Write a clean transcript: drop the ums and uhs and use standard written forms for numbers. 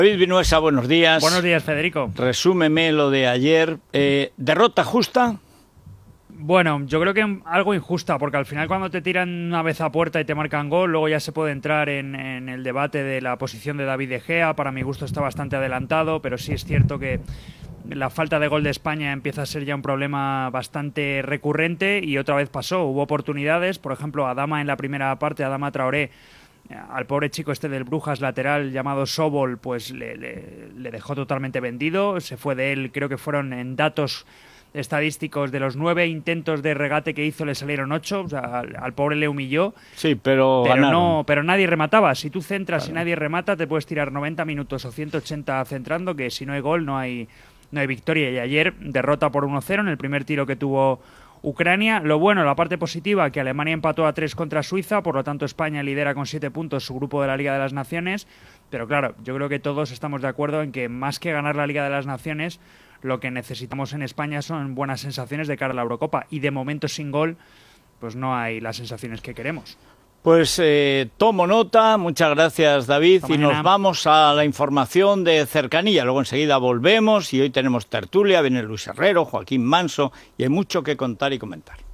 David Vinuesa, buenos días. Buenos días, Federico. Resúmeme lo de ayer. ¿Derrota justa? Bueno, yo creo que algo injusta, porque al final cuando te tiran una vez a puerta y te marcan gol, luego ya se puede entrar en el debate de la posición de David De Gea. Para mi gusto está bastante adelantado, pero sí es cierto que la falta de gol de España empieza a ser ya un problema bastante recurrente y otra vez pasó. Hubo oportunidades, por ejemplo, Adama en la primera parte, Adama Traoré, al pobre chico este del Brujas lateral llamado Sobol, pues le dejó totalmente vendido. Se fue de él, creo que fueron en datos estadísticos de los 9 intentos de regate que hizo le salieron 8, o sea, al pobre le humilló. Sí, pero ganaron. No, pero nadie remataba. Si tú centras y nadie remata, te puedes tirar 90 minutos o 180 centrando, que si no hay gol no hay victoria. Y ayer derrota por 1-0 en el primer tiro que tuvo Ucrania. Lo bueno, la parte positiva, que Alemania empató a 3 contra Suiza, por lo tanto España lidera con 7 puntos su grupo de la Liga de las Naciones. Pero claro, yo creo que todos estamos de acuerdo en que más que ganar la Liga de las Naciones, lo que necesitamos en España son buenas sensaciones de cara a la Eurocopa. Y de momento sin gol, pues no hay las sensaciones que queremos. Pues tomo nota, muchas gracias David, y nos vamos a la información de cercanía, luego enseguida volvemos y hoy tenemos tertulia, viene Luis Herrero, Joaquín Manso y hay mucho que contar y comentar.